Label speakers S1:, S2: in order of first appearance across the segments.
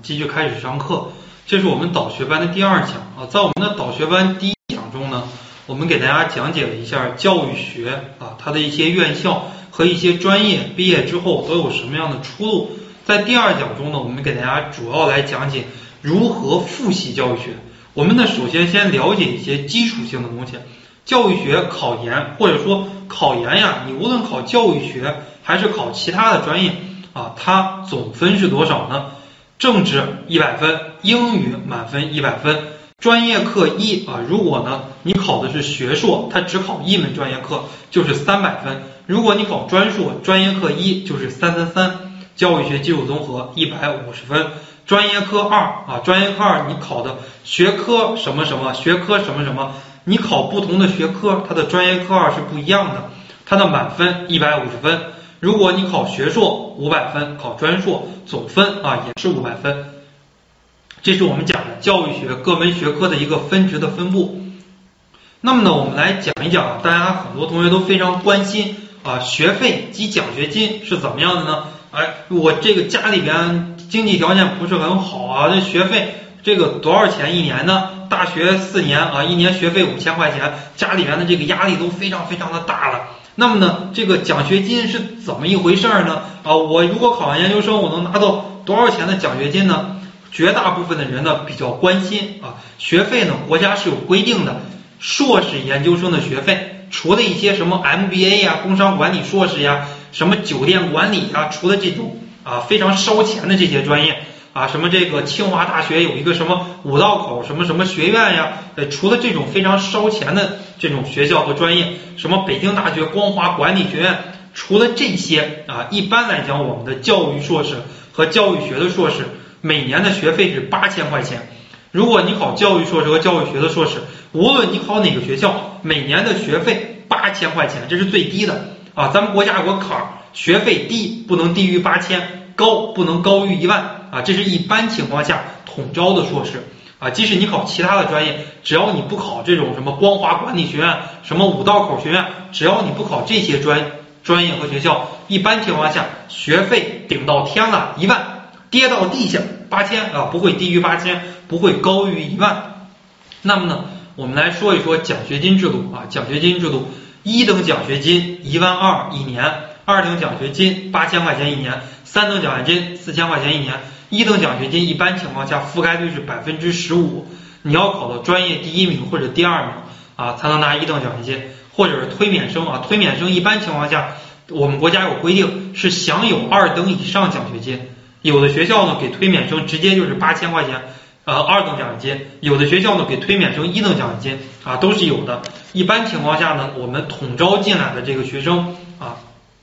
S1: 继续开始上课。这是我们导学班的第2讲啊，在我们的导学班第1讲中呢，我们给大家讲解了一下教育学啊，它的一些院校和一些专业毕业之后都有什么样的出路。在第2讲中呢，我们给大家主要来讲解如何复习教育学。我们呢，首先先了解一些基础性的东西。教育学考研，或者说考研呀，你无论考教育学还是考其他的专业啊，它总分是多少呢？政治100分，英语满分100分，专业课1啊，如果呢你考的是学硕，它只考1门专业课就是300分，如果你考专硕，专业课1就是333，教育学基础综合150分，专业课2啊，专业课2你考的学科什么什么，学科什么什么，你考不同的学科，它的专业课2是不一样的，它的满分150分。如果你考学硕500分，考专硕总分啊也是500分。这是我们讲的教育学各门学科的一个分值的分布。那么呢，我们来讲一讲大家很多同学都非常关心啊，学费及奖学金是怎么样的呢？我这个家里边经济条件不是很好啊，这学费这个多少钱一年呢？大学4年啊，一年学费5000块钱，家里边的这个压力都非常非常的大了。那么呢，这个奖学金是怎么一回事呢？啊，我如果考完研究生，我能拿到多少钱的奖学金呢？绝大部分的人呢比较关心啊，学费呢国家是有规定的，硕士研究生的学费，除了一些什么 MBA 呀、工商管理硕士呀、什么酒店管理呀，除了这种啊非常烧钱的这些专业啊，什么这个清华大学有一个什么五道口什么什么学院呀，除了这种非常烧钱的这种学校和专业，什么北京大学光华管理学院，除了这些啊，一般来讲我们的教育硕士和教育学的硕士每年的学费是8000块钱。如果你考教育硕士和教育学的硕士，无论你考哪个学校，每年的学费8000块钱，这是最低的啊。咱们国家有个坎儿，学费低不能低于8000，高不能高于1万啊。这是一般情况下统招的硕士啊。即使你考其他的专业，只要你不考这种什么光华管理学院、什么五道口学院，只要你不考这些专业和学校，一般情况下学费顶到天了1万，跌到地下8000啊，不会低于8000，不会高于1万。那么呢，我们来说一说奖学金制度啊。奖学金制度，1等奖学金12000一年，2等奖学金8000块钱一年，3等奖学金4000块钱一年。1等奖学金一般情况下覆盖率是15%，你要考到专业第1名或者第2名啊，才能拿1等奖学金，或者是推免生啊。推免生一般情况下，我们国家有规定是享有2等以上奖学金。有的学校呢给推免生直接就是8000块钱，2等奖学金；有的学校呢给推免生1等奖学金啊，都是有的。一般情况下呢，我们统招进来的这个学生啊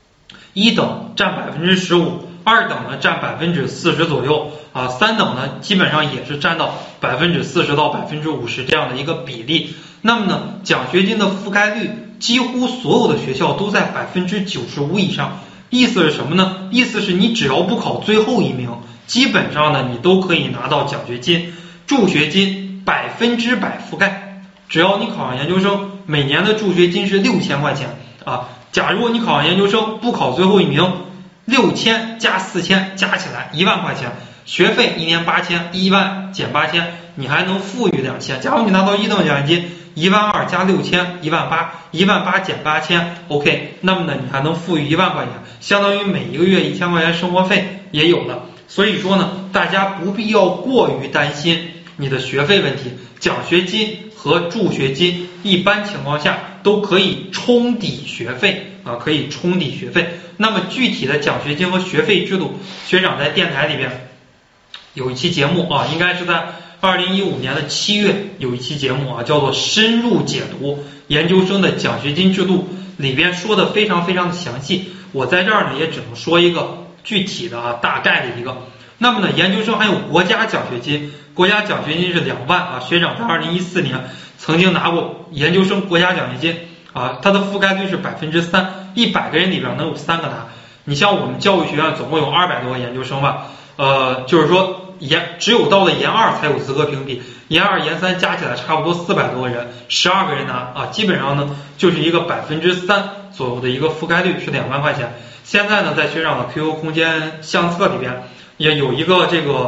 S1: ，1等占15%，2等呢占40%左右啊，3等呢基本上也是占到40%到50%这样的一个比例。那么呢，奖学金的覆盖率几乎所有的学校都在95%以上。意思是什么呢？意思是你只要不考最后1名，基本上呢你都可以拿到奖学金。助学金100%覆盖，只要你考上研究生，每年的助学金是6000块钱啊。假如你考上研究生不考最后1名，6000加4000加起来1万块钱，学费1年8000，1万减8000，你还能富裕2000。假如你拿到1等奖学金12000加6000，18000，18000减8000 ，OK， 那么呢你还能富裕1万块钱，相当于每一个月1000块钱生活费也有了。所以说呢，大家不必要过于担心你的学费问题，奖学金和助学金一般情况下都可以冲抵学费啊，可以冲抵学费。那么具体的奖学金和学费制度，学长在电台里边有一期节目啊，应该是在2015年的7月有一期节目啊，叫做深入解读研究生的奖学金制度，里边说的非常非常的详细。我在这儿呢也只能说一个具体的啊，大概的一个。那么呢，研究生还有国家奖学金，国家奖学金是2万啊。学长在2014年曾经拿过研究生国家奖学金啊，它的覆盖率是3%，100个人里边能有3个拿。你像我们教育学院总共有200多个研究生吧，就是说只有到了研2才有资格评比，研2、研3加起来差不多400多个人，12个人拿啊，基本上呢就是一个3%左右的一个覆盖率，是2万块钱。现在呢，在学长的 QQ 空间相册里边也有一个这个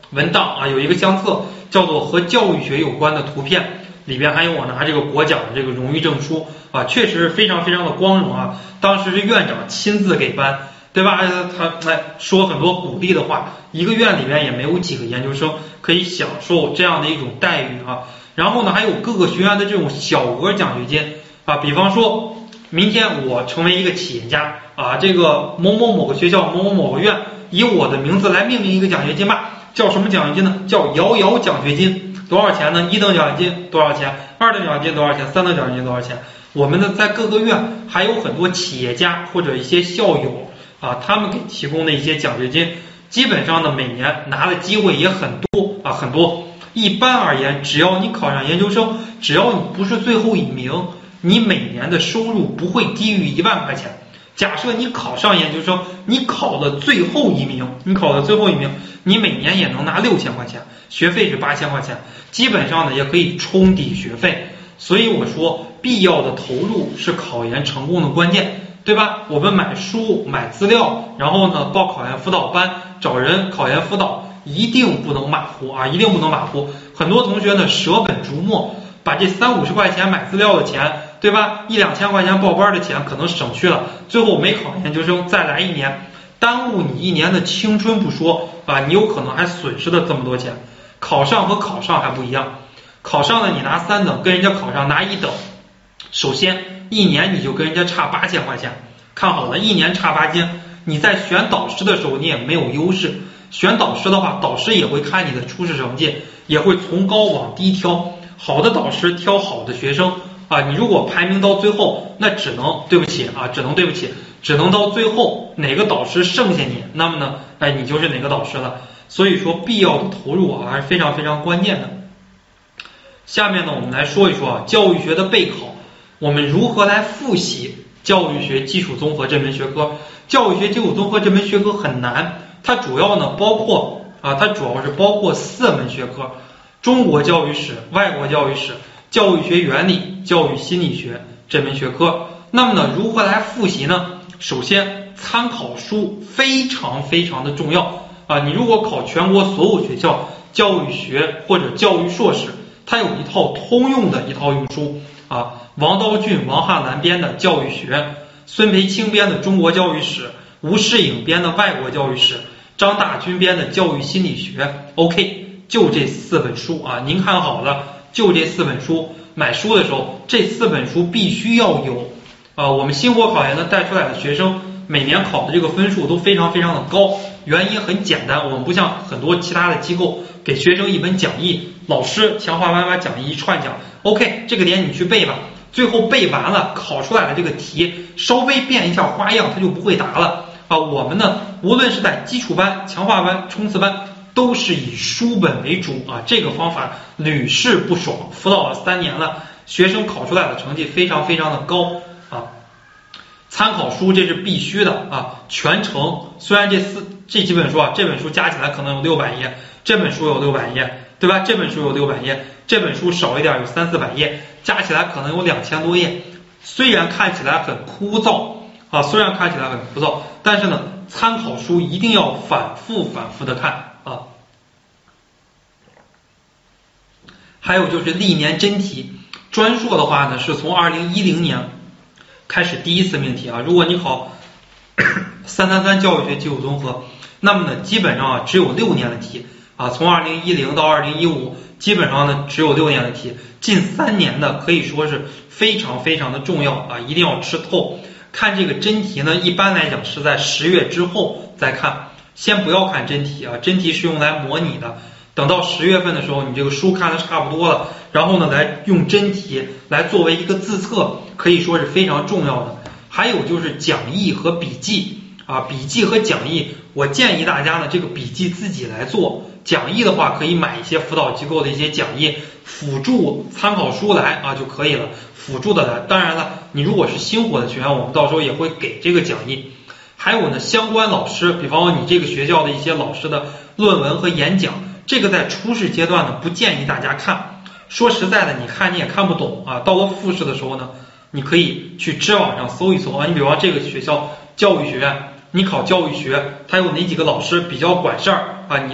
S1: 文档啊，有一个相册叫做和教育学有关的图片，里边还有我拿这个国奖的这个荣誉证书啊，确实是非常非常的光荣啊。当时是院长亲自给颁，对吧？他说很多鼓励的话，一个院里面也没有几个研究生可以享受这样的一种待遇啊。然后呢，还有各个学院的这种小额奖学金啊，比方说明天我成为一个企业家啊，这个某某某个学校某某某个院以我的名字来命名一个奖学金吧，叫什么奖学金呢？叫瑶瑶奖学金，多少钱呢？1等奖学金多少钱？2等奖学金多少钱？3等奖学金多少钱？我们呢，在各个院还有很多企业家或者一些校友啊，他们给提供的一些奖学金，基本上呢每年拿的机会也很多啊，很多。一般而言，只要你考上研究生，只要你不是最后一名，你每年的收入不会低于1万块钱。假设你考上研究生，你考的最后一名，你每年也能拿6000块钱，学费是8000块钱，基本上呢也可以冲抵学费。所以我说，必要的投入是考研成功的关键，对吧？我们买书、买资料，然后呢报考研辅导班，找人考研辅导，一定不能马虎啊，一定不能马虎。很多同学呢舍本逐末，把这30-50块钱买资料的钱，对吧？1-2千块钱报班的钱可能省去了，最后没考研究生，再来1年，耽误你1年的青春不说啊，你有可能还损失了这么多钱。考上和考上还不一样，考上了你拿3等，跟人家考上拿1等，首先1年你就跟人家差8000块钱，看好了，1年差8000，你在选导师的时候你也没有优势。选导师的话，导师也会看你的初试成绩，也会从高往低挑，好的导师挑好的学生啊。你如果排名到最后，那只能对不起，只能到最后哪个导师剩下你，那么呢，你就是哪个导师了。所以说，必要的投入啊还是非常非常关键的。下面呢，我们来说一说啊，教育学的备考，我们如何来复习教育学基础综合这门学科。教育学基础综合这门学科很难，它主要是包括4门学科：中国教育史、外国教育史、教育学原理、教育心理学这门学科。那么呢，如何来复习呢？首先，参考书非常非常的重要啊！你如果考全国所有学校教育学或者教育硕士，它有一套通用的一套用书啊，王道俊、王汉南编的教育学，孙培青编的中国教育史，吴世颖编的外国教育史，张大军编的教育心理学。 OK， 就这4本书啊，您看好了，就这4本书。买书的时候，这4本书必须要有啊。我们星火考研呢带出来的学生每年考的这个分数都非常非常的高，原因很简单，我们不像很多其他的机构给学生一本讲义，老师强化班把讲义一串讲 OK， 这个点你去背吧，最后背完了考出来的这个题稍微变一下花样，他就不会答了啊。我们呢，无论是在基础班、强化班、冲刺班，都是以书本为主啊。这个方法屡试不爽，辅导了3年了，学生考出来的成绩非常非常的高啊。参考书这是必须的啊。全程虽然这几本书啊，这本书加起来可能有600页，这本书有600页，对吧？这本书有600页，这本书少一点有300-400页，加起来可能有2000多页。虽然看起来很枯燥啊，但是呢，参考书一定要反复的看啊。还有就是历年真题，专硕的话呢，是从2010年开始第1次命题啊。如果你考333教育学基础综合，那么呢，基本上啊只有6年的题啊，从2010到2015，基本上呢只有6年的题，近3年的可以说是非常非常的重要啊，一定要吃透。看这个真题呢，一般来讲是在10月之后再看，先不要看真题啊，真题是用来模拟的。等到10月份的时候，你这个书看的差不多了，然后呢，来用真题来作为一个自测，可以说是非常重要的。还有就是讲义和笔记啊，笔记和讲义，我建议大家呢，这个笔记自己来做，讲义的话可以买一些辅导机构的一些讲义，辅助参考书来啊就可以了，辅助的来。当然了，你如果是星火的学员，我们到时候也会给这个讲义。还有呢，相关老师，比方说你这个学校的一些老师的论文和演讲，这个在初试阶段呢不建议大家看，说实在的，你看你也看不懂啊。到了复试的时候呢，你可以去知网上搜一搜啊。你比方这个学校教育学院，你考教育学，它有哪几个老师比较管事儿啊？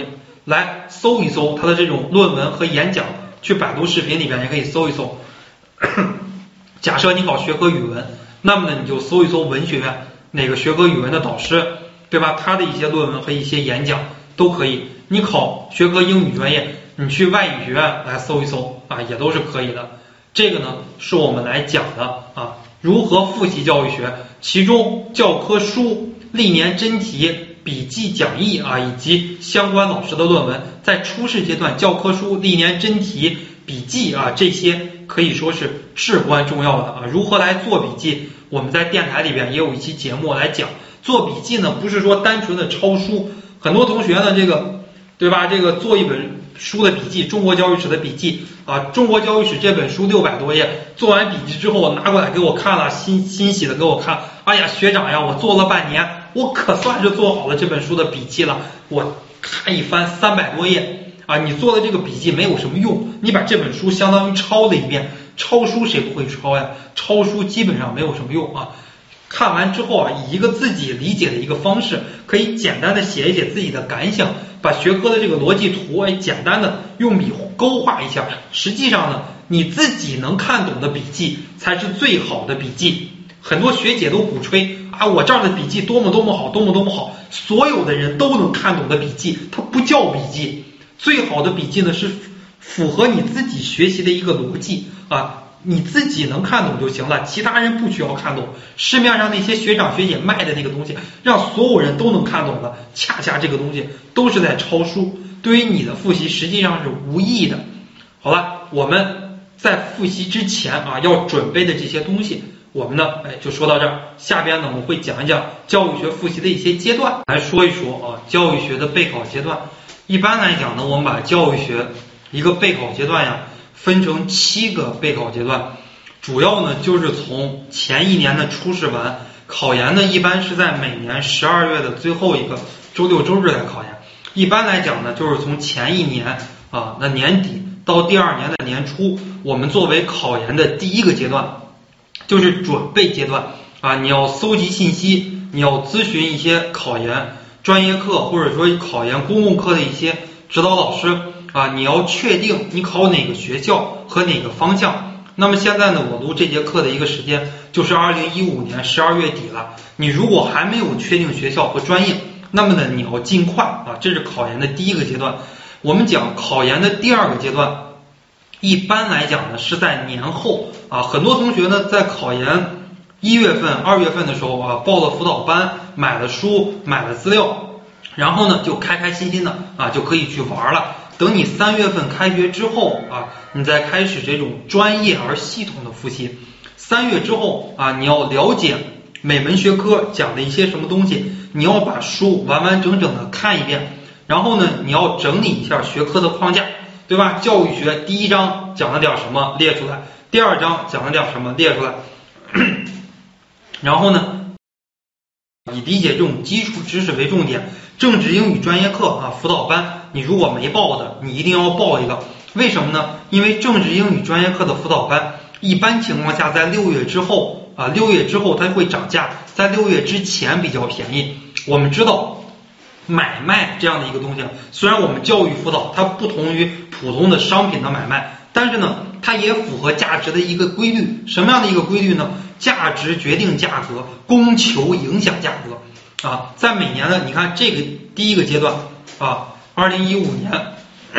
S1: 来搜一搜他的这种论文和演讲，去百度视频里边也可以搜一搜。假设你考学科语文，那么呢你就搜一搜文学院哪个学科语文的导师，对吧？他的一些论文和一些演讲都可以。你考学科英语专业，你去外语学院来搜一搜啊，也都是可以的。这个呢是我们来讲的啊，如何复习教育学，其中教科书、历年真题、笔记讲义啊，以及相关老师的论文，在初试阶段，教科书、历年真题、笔记啊，这些可以说是至关重要的啊。如何来做笔记，我们在电台里边也有一期节目来讲。做笔记呢，不是说单纯的抄书，很多同学呢，这个对吧？这个做一本书的笔记，中国教育史的笔记啊，中国教育史这本书600多页，做完笔记之后拿过来给我看了，欣喜的给我看，哎呀，学长呀，我做了半年，我可算是做好了这本书的笔记了。我看一翻300多页啊，你做的这个笔记没有什么用，你把这本书相当于抄了一遍，抄书谁不会抄呀？抄书基本上没有什么用啊。看完之后啊，以一个自己理解的一个方式，可以简单的写一写自己的感想，把学科的这个逻辑图简单的用笔勾画一下。实际上呢，你自己能看懂的笔记才是最好的笔记。很多学姐都鼓吹啊，我这儿的笔记多么多么好，多么多么好，所有的人都能看懂的笔记，它不叫笔记。最好的笔记呢是符合你自己学习的一个逻辑啊。你自己能看懂就行了，其他人不需要看懂。市面上那些学长学姐卖的那个东西，让所有人都能看懂的，恰恰这个东西都是在抄书，对于你的复习实际上是无益的。好了，我们在复习之前啊，要准备的这些东西，我们呢，就说到这儿。下边呢，我会讲一讲教育学复习的一些阶段，来说一说啊，教育学的备考阶段。一般来讲呢，我们把教育学一个备考阶段呀，分成7个备考阶段，主要呢就是从前一年的初试完，考研呢一般是在每年12月的最后一个周六周日来考研。一般来讲呢，就是从前一年啊的年底到第2年的年初，我们作为考研的第1个阶段，就是准备阶段啊，你要搜集信息，你要咨询一些考研专业课或者说考研公共课的一些指导老师。啊，你要确定你考哪个学校和哪个方向。那么现在呢，我录这节课的一个时间就是2015年12月底了。你如果还没有确定学校和专业，那么呢，你要尽快啊，这是考研的第1个阶段。我们讲考研的第2个阶段，一般来讲呢是在年后啊。很多同学呢在考研1月份、2月份的时候啊，报了辅导班，买了书，买了资料，然后呢就开开心心的啊就可以去玩了。等你3月份开学之后啊，你再开始这种专业而系统的复习。3月之后啊，你要了解每门学科讲的一些什么东西，你要把书完完整整的看一遍，然后呢，你要整理一下学科的框架，对吧？教育学第1章讲了点什么列出来，第2章讲了点什么列出来，然后呢，以理解这种基础知识为重点。政治英语专业课啊，辅导班你如果没报的，你一定要报一个。为什么呢？因为政治英语专业课的辅导班一般情况下在6月之后啊，6月之后它会涨价，在6月之前比较便宜。我们知道买卖这样的一个东西，虽然我们教育辅导它不同于普通的商品的买卖，但是呢它也符合价值的一个规律。什么样的一个规律呢？价值决定价格，供求影响价格啊。在每年的你看这个第1个阶段啊，2015年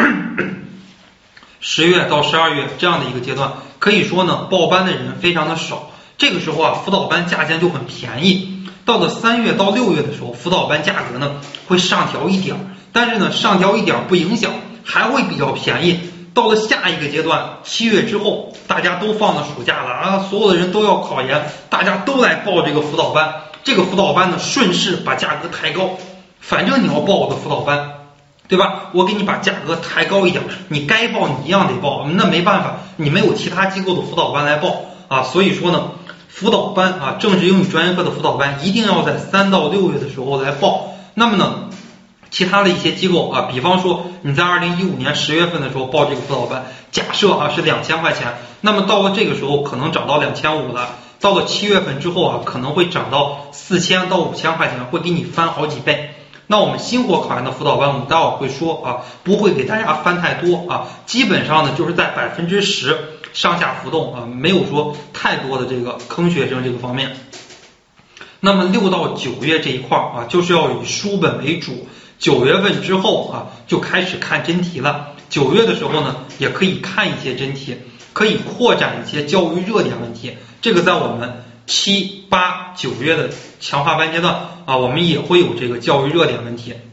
S1: 10月到12月这样的一个阶段，可以说呢报班的人非常的少。这个时候啊，辅导班价钱就很便宜。到了3月到6月的时候，辅导班价格呢会上调一点，但是呢上调一点不影响，还会比较便宜。到了下一个阶段，7月之后，大家都放了暑假了啊，所有的人都要考研，大家都来报这个辅导班。这个辅导班呢，顺势把价格抬高，反正你要报我的辅导班，对吧？我给你把价格抬高一点，你该报你一样得报，那没办法，你没有其他机构的辅导班来报啊。所以说呢，辅导班啊，政治英语专业课的辅导班一定要在3到6月的时候来报。那么呢，其他的一些机构啊，比方说你在2015年10月份的时候报这个辅导班，假设啊是2000块钱，那么到了这个时候可能涨到2500了，到了7月份之后啊，可能会涨到4000到5000块钱，会给你翻好几倍。 那我们星火考研的辅导班，我们待会儿会说啊，不会给大家翻太多啊，基本上呢就是在10%上下浮动啊，没有说太多的这个坑学生这个方面。那么6到9月这一块啊，就是要以书本为主，9月份之后啊，就开始看真题了。9月的时候呢，也可以看一些真题，可以扩展一些教育热点问题。这个在我们7、8、9月的强化班阶段啊，我们也会有这个教育热点问题。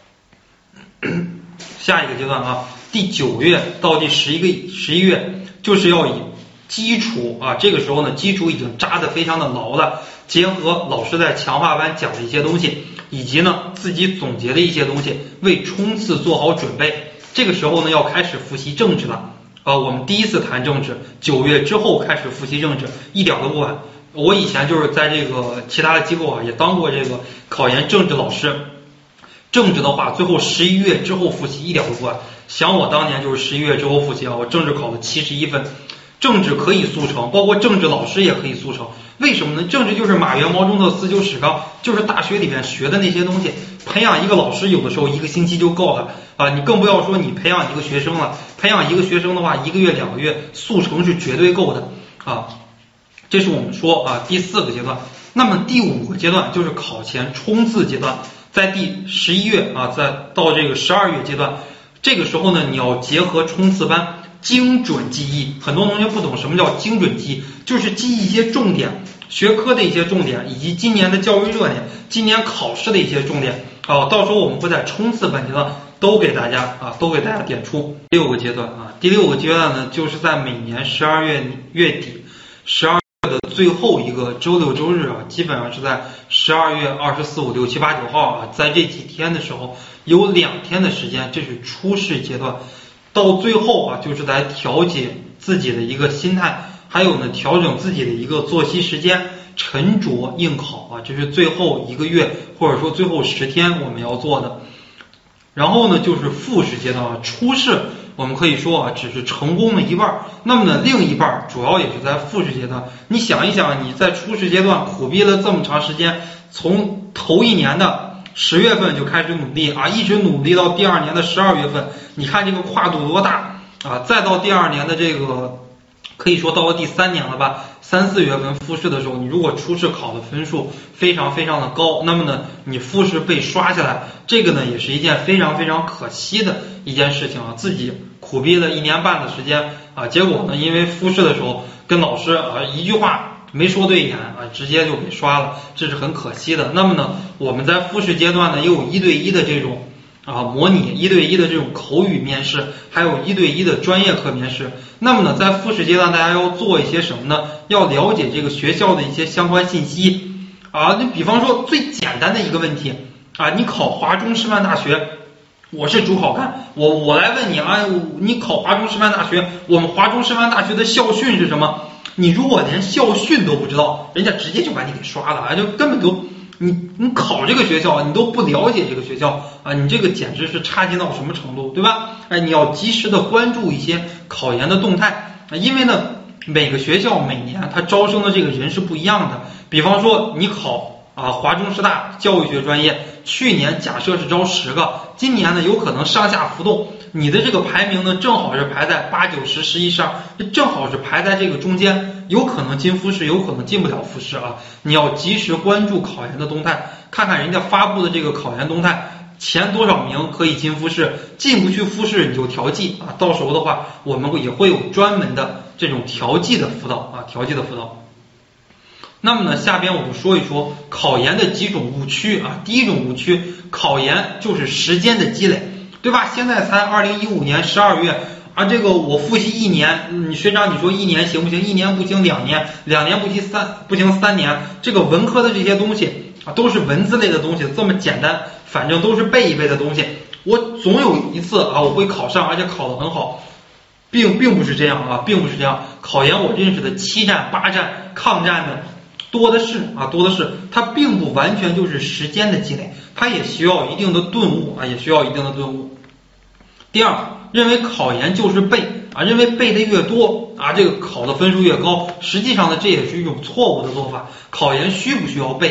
S1: 下一个阶段啊，第9月到第11月，就是要以基础啊，这个时候呢，基础已经扎得非常的牢了，结合老师在强化班讲的一些东西，以及呢自己总结的一些东西，为冲刺做好准备。这个时候呢，要开始复习政治了啊。我们第一次谈政治，9月之后开始复习政治，一点都不晚。我以前就是在这个其他的机构啊，也当过这个考研政治老师。政治的话，最后11月之后复习一点都不晚。想我当年就是11月之后复习啊，我政治考了71分。政治可以速成，包括政治老师也可以速成。为什么呢？政治就是马原毛中的四旧史纲，就是大学里面学的那些东西。培养一个老师有的时候1个星期就够了啊，你更不要说你培养一个学生了。培养一个学生的话，1个月、2个月速成是绝对够的啊。这是我们说啊第4个阶段。那么第5个阶段就是考前冲刺阶段，在第11月啊，再到这个12月阶段，这个时候呢，你要结合冲刺班精准记忆。很多同学不懂什么叫精准记忆，就是记忆一些重点，学科的一些重点，以及今年的教育热点，今年考试的一些重点啊。到时候我们会在冲刺班阶段都给大家点出。第6个阶段啊，第6个阶段呢，就是在每年12月月底，12月的最后一个周六周日啊，基本上是在12月24、5、6、7、8、9号啊，在这几天的时候有2天的时间，这是初试阶段。到最后啊，就是来调节自己的一个心态，还有呢，调整自己的一个作息时间，沉着应考啊，这是最后1个月或者说最后10天我们要做的。然后呢，就是复试阶段啊，初试我们可以说啊，只是成功了一半，那么呢，另一半主要也是在复试阶段。你想一想，你在初试阶段苦逼了这么长时间，从头1年的10月份就开始努力啊，一直努力到第2年的12月份，你看这个跨度多大啊！再到第2年的这个，可以说到了第3年了吧，3、4月份复试的时候，你如果初试考的分数非常非常的高，那么呢，你复试被刷下来，这个呢也是一件非常非常可惜的一件事情啊！自己苦逼了1年半的时间啊，结果呢，因为复试的时候跟老师啊一句话没说对眼啊，直接就给刷了，这是很可惜的。那么呢，我们在复试阶段呢，也有1对1的这种模拟，1对1的这种口语面试，还有1对1的专业课面试。那么呢，在复试阶段，大家要做一些什么呢？要了解这个学校的一些相关信息啊。你比方说最简单的一个问题啊，你考华中师范大学，我是主考官，我来问你啊，你考华中师范大学，我们华中师范大学的校训是什么？你如果连校训都不知道，人家直接就把你给刷了啊，就根本就你考这个学校你都不了解这个学校啊，你这个简直是差劲到什么程度，对吧？哎，你要及时的关注一些考研的动态啊，因为呢每个学校每年它招生的这个人是不一样的。比方说你考华中师大教育学专业，去年假设是招10个，今年呢有可能上下浮动，你的这个排名呢正好是排在8、9、10、11、12，正好是排在这个中间，有可能进复试，有可能进不了复试啊。你要及时关注考研的动态，看看人家发布的这个考研动态，前多少名可以进复试，进不去复试你就调剂啊。到时候的话，我们也会有专门的这种调剂的辅导啊，调剂的辅导。那么呢，下边我们说一说考研的几种误区啊。第一种误区，考研就是时间的积累，对吧？现在才2015年12月啊，这个我复习1年，学长你说1年行不行？1年不行，2年，2年不行，3年。这个文科的这些东西啊，都是文字类的东西，这么简单，反正都是背一背的东西，我总有一次啊我会考上，而且考得很好。并不是这样啊，并不是这样。考研我认识的7战、8战、抗战的多的是啊，多的是。它并不完全就是时间的积累，它也需要一定的顿悟啊，也需要一定的顿悟。第二，认为考研就是背啊，认为背的越多啊，这个考的分数越高。实际上呢，这也是一种错误的做法。考研需不需要背？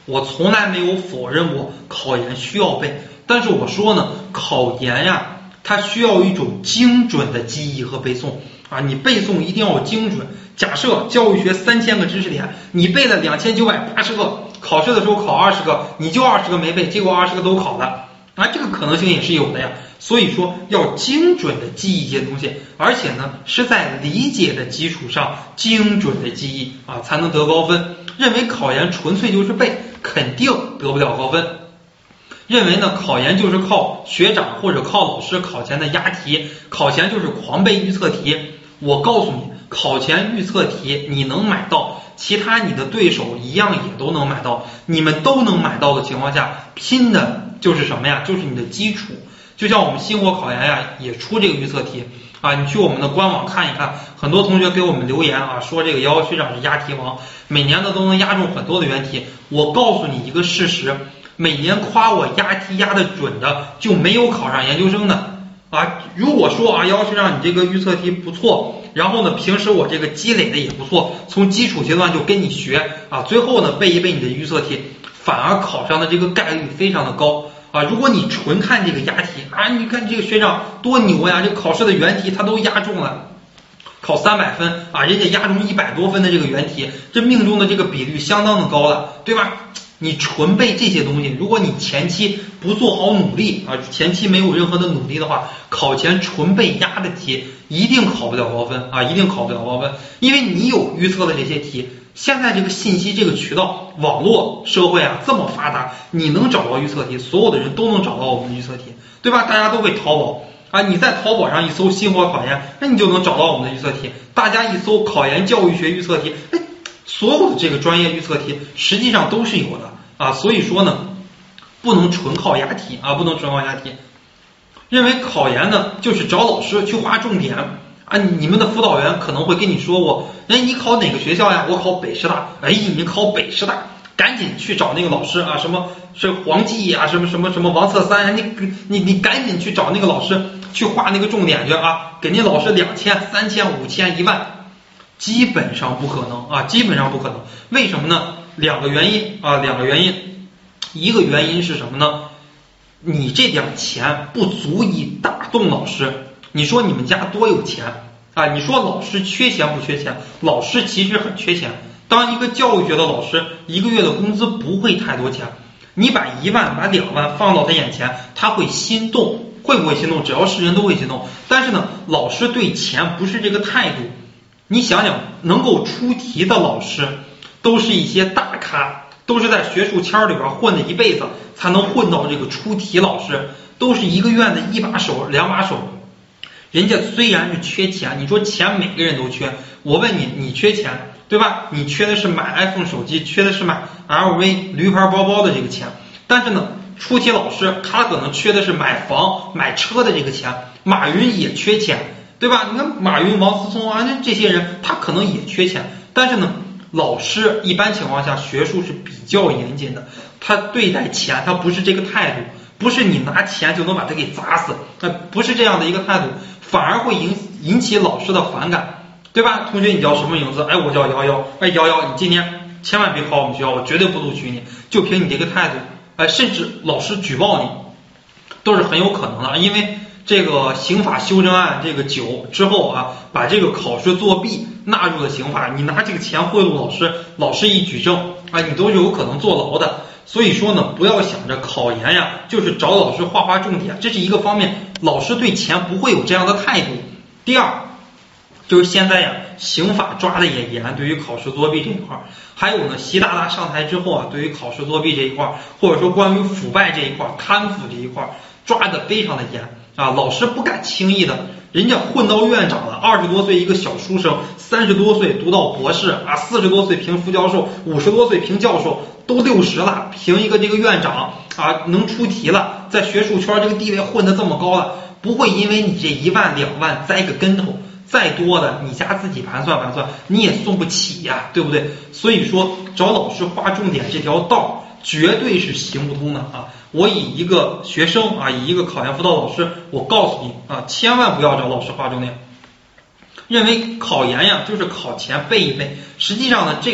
S1: 我从来没有否认过考研需要背，但是我说呢，考研呀，它需要一种精准的记忆和背诵啊，你背诵一定要精准。假设教育学3000个知识点，你背了2980个，考试的时候考20个，你就20个没背，结果20个都考了啊，这个可能性也是有的呀。所以说要精准的记忆一些东西，而且呢是在理解的基础上精准的记忆啊，才能得高分。认为考研纯粹就是背，肯定得不了高分。认为呢考研就是靠学长或者靠老师考前的押题，考前就是狂背预测题。我告诉你，考前预测题你能买到，其他你的对手一样也都能买到，你们都能买到的情况下，拼的就是什么呀？就是你的基础。就像我们星火考研呀也出这个预测题啊，你去我们的官网看一看，很多同学给我们留言啊，说这个瑶瑶学长是押题王，每年呢都能押中很多的原题。我告诉你一个事实，每年夸我押题押的准的就没有考上研究生的啊。如果说啊，瑶瑶学长你这个预测题不错，然后呢平时我这个积累的也不错，从基础阶段就跟你学啊，最后呢背一背你的预测题，反而考上的这个概率非常的高啊。如果你纯看这个押题啊，你看这个学长多牛呀，这个考试的原题他都押中了，考300分啊，人家押中100多分的这个原题，这命中的这个比率相当的高了，对吧？你纯背这些东西，如果你前期不做好努力啊，前期没有任何的努力的话，考前纯背押的题一定考不了高分啊，一定考不了高分。因为你有预测的这些题，现在这个信息这个渠道，网络社会啊这么发达，你能找到预测题，所有的人都能找到我们的预测题，对吧？大家都会淘宝啊，你在淘宝上一搜星火考研，那你就能找到我们的预测题。大家一搜考研教育学预测题，哎，所有的这个专业预测题实际上都是有的啊。所以说呢，不能纯靠押题啊，不能纯靠押题。认为考研呢就是找老师去划重点啊，你们的辅导员可能会跟你说过，哎，你考哪个学校呀？我考北师大。哎，你考北师大，赶紧去找那个老师啊，什么是黄继啊，什么王策三啊，你赶紧去找那个老师去划那个重点去啊，给那老师2000、3000、5000、1万，基本上不可能啊，基本上不可能。为什么呢？两个原因。一个原因是什么呢？你这点钱不足以打动老师。你说你们家多有钱啊？你说老师缺钱不缺钱？老师其实很缺钱。当一个教育学的老师，一个月的工资不会太多钱，你把1万、把2万放到他眼前，他会心动。会不会心动？只要是人都会心动。但是呢，老师对钱不是这个态度。你想想，能够出题的老师都是一些大咖，都是在学术圈里边混了一辈子才能混到这个出题老师，都是一个院的1把手、2把手。人家虽然是缺钱，你说钱每个人都缺，我问你，你缺钱对吧？你缺的是买 iPhone 手机，缺的是买 LV 驴牌包包的这个钱。但是呢，出题老师他可能缺的是买房买车的这个钱。马云也缺钱，对吧？你看马云、王思聪啊，这些人他可能也缺钱。但是呢，老师一般情况下学术是比较严谨的，他对待钱他不是这个态度，不是你拿钱就能把他给砸死，不是这样的一个态度，反而会引起老师的反感，对吧？同学你叫什么名字？哎，我叫瑶瑶。哎，瑶瑶，你今天千万别考我们学校，我绝对不录取你，就凭你这个态度。哎，甚至老师举报你都是很有可能的。因为这个刑法修正案这个9之后啊，把这个考试作弊纳入了刑法，你拿这个钱贿赂老师，老师一举证啊，你都是有可能坐牢的。所以说呢，不要想着考研呀就是找老师划重点，这是一个方面，老师对钱不会有这样的态度。第二就是现在呀，刑法抓的也严，对于考试作弊这一块。还有呢，习大大上台之后啊，对于考试作弊这一块，或者说关于腐败这一块、贪腐这一块，抓的非常的严啊，老师不敢轻易的。人家混到院长了，20多岁一个小书生，30多岁读到博士啊，40多岁评副教授，50多岁评教授，都60了，评一个这个院长啊，能出题了，在学术圈这个地位混得这么高了，不会因为你这1万2万栽个跟头，再多的你家自己盘算你也送不起呀，对不对？所以说找老师划重点这条道绝对是行不通的啊！我以一个学生啊，以一个考研辅导老师，我告诉你啊，千万不要找老师划重点。认为考研呀就是考前背一背，实际上呢，这个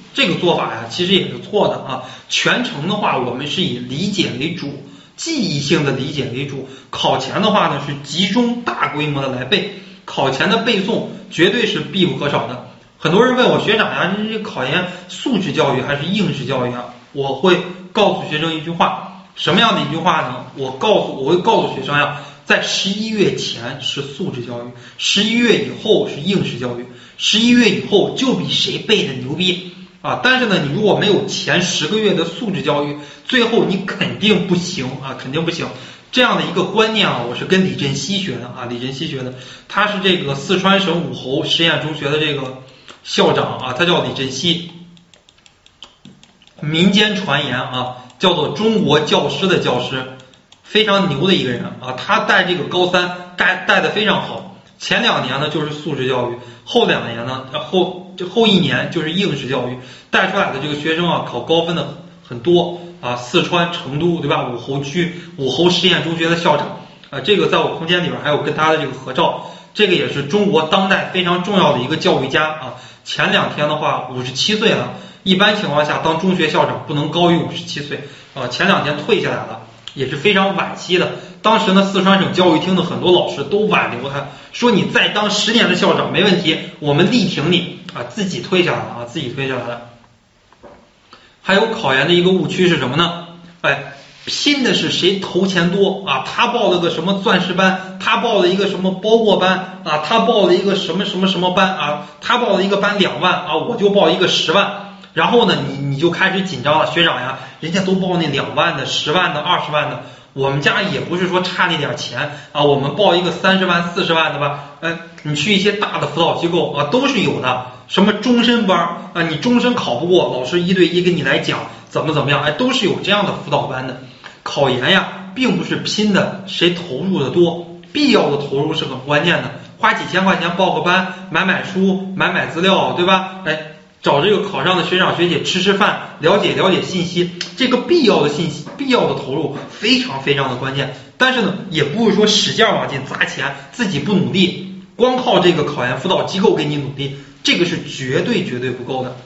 S1: 这个做法呀，其实也是错的啊。全程的话，我们是以理解为主，记忆性的理解为主。考前的话呢，是集中大规模的来背，考前的背诵绝对是必不可少的。很多人问我，学长呀，这考研素质教育还是应试教育啊？我会告诉学生一句话，什么样的一句话呢？我会告诉学生呀，在11月前是素质教育，11月以后是应试教育，11月以后就比谁背的牛逼啊！但是呢，你如果没有前10个月的素质教育，最后你肯定不行啊，肯定不行。这样的一个观念啊，我是跟李振西学的啊，李振西学的，他是这个四川省武侯实验中学的这个校长啊，他叫李振西。民间传言啊，叫做中国教师的教师，非常牛的一个人啊。他带这个高三带的非常好，前2年呢就是素质教育，后2年呢后1年就是应试教育，带出来的这个学生啊，考高分的很多啊。四川成都对吧？武侯区武侯实验中学的校长啊，这个在我空间里边还有跟他的这个合照，这个也是中国当代非常重要的一个教育家啊。前2天的话57岁了。一般情况下，当中学校长不能高于57岁啊。前2天退下来了，也是非常惋惜的。当时呢，四川省教育厅的很多老师都挽留他，说你再当10年的校长没问题，我们力挺你啊。自己退下来了啊，自己退下来了。还有考研的一个误区是什么呢？拼的是谁投钱多啊？他报了个什么钻石班，他报了一个什么包过班啊？他报了一个什么什么什么班啊？他报了一个班2万啊，我就报一个10万。然后呢，你就开始紧张了，学长呀，人家都报那2万的、10万的、20万的，我们家也不是说差那点钱啊，我们报一个30万、40万的吧？你去一些大的辅导机构啊，都是有的，什么终身班啊，你终身考不过，老师1对1跟你来讲怎么样，都是有这样的辅导班的。考研呀，并不是拼的谁投入的多，必要的投入是很关键的，花几千块钱报个班，买书，买资料，对吧？找这个考上的学长学姐吃饭，了解信息，这个必要的信息、必要的投入非常非常的关键。但是呢，也不是说使劲往进砸钱，自己不努力，光靠这个考研辅导机构给你努力，这个是绝对不够的。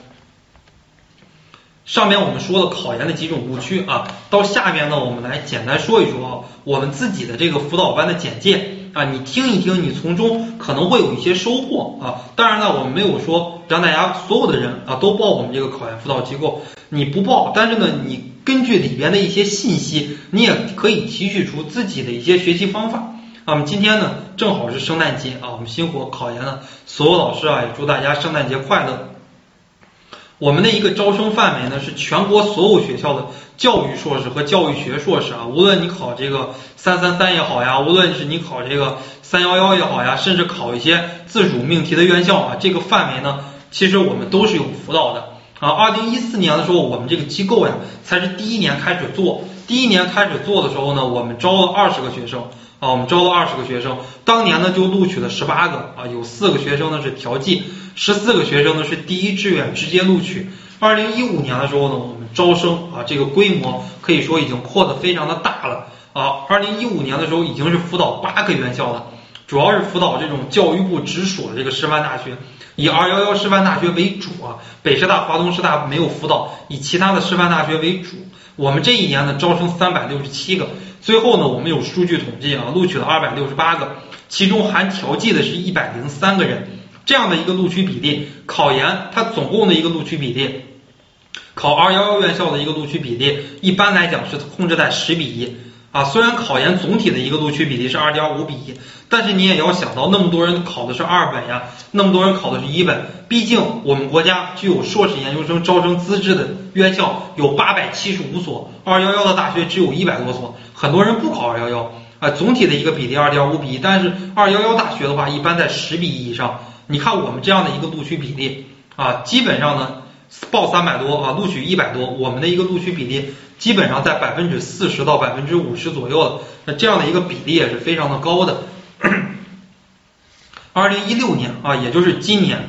S1: 上面我们说了考研的几种误区啊，到下面呢，我们来简单说一说啊，我们自己的这个辅导班的简介啊，你听一听，你从中可能会有一些收获啊。当然了，我们没有说让大家所有的人啊都报我们这个考研辅导机构，你不报，但是呢，你根据里边的一些信息，你也可以提取出自己的一些学习方法。我们今天呢正好是圣诞节啊，我们星火考研的所有老师啊，也祝大家圣诞节快乐。我们的一个招生范围呢是全国所有学校的教育硕士和教育学硕士啊，无论你考这个333也好呀，无论是你考这个311也好呀，甚至考一些自主命题的院校啊，这个范围呢，其实我们都是有辅导的啊。2014年的时候，我们这个机构呀才是第1年开始做，第1年开始做的时候呢，我们招了20个学生。我们招了20个学生，当年呢就录取了18个啊，有4个学生呢是调剂，14个学生呢是第1志愿直接录取。2015年的时候呢，我们招生啊，这个规模可以说已经扩得非常的大了啊。2015年的时候已经是辅导8个院校了，主要是辅导这种教育部直属的这个师范大学，以211师范大学为主啊，北师大、华东师大没有辅导，以其他的师范大学为主。我们这1年呢招生367个。最后呢，我们有数据统计啊，录取了268个，其中含调剂的是103个人，这样的一个录取比例，考研它总共的一个录取比例，考211院校的一个录取比例，一般来讲是控制在10比1啊。虽然考研总体的一个录取比例是2.5比1，但是你也要想到那么多人考的是2本呀，那么多人考的是1本，毕竟我们国家具有硕士研究生招生资质的院校有875所，211的大学只有100多所。很多人不考211啊，总体的一个比例2.5比1，但是211大学的话，一般在10比1以上。你看我们这样的一个录取比例啊，基本上呢报300多啊，录取100多，我们的一个录取比例基本上在40%到50%左右了。那这样的一个比例也是非常的高的。2016年啊，也就是今年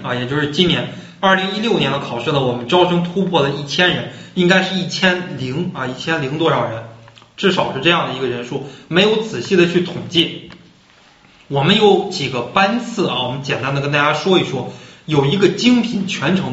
S1: 2016年的考试呢，我们招生突破了1000人，应该是1000多少人。至少是这样的一个人数，没有仔细的去统计。我们有几个班次啊，我们简单的跟大家说一说。有一个精品全程班，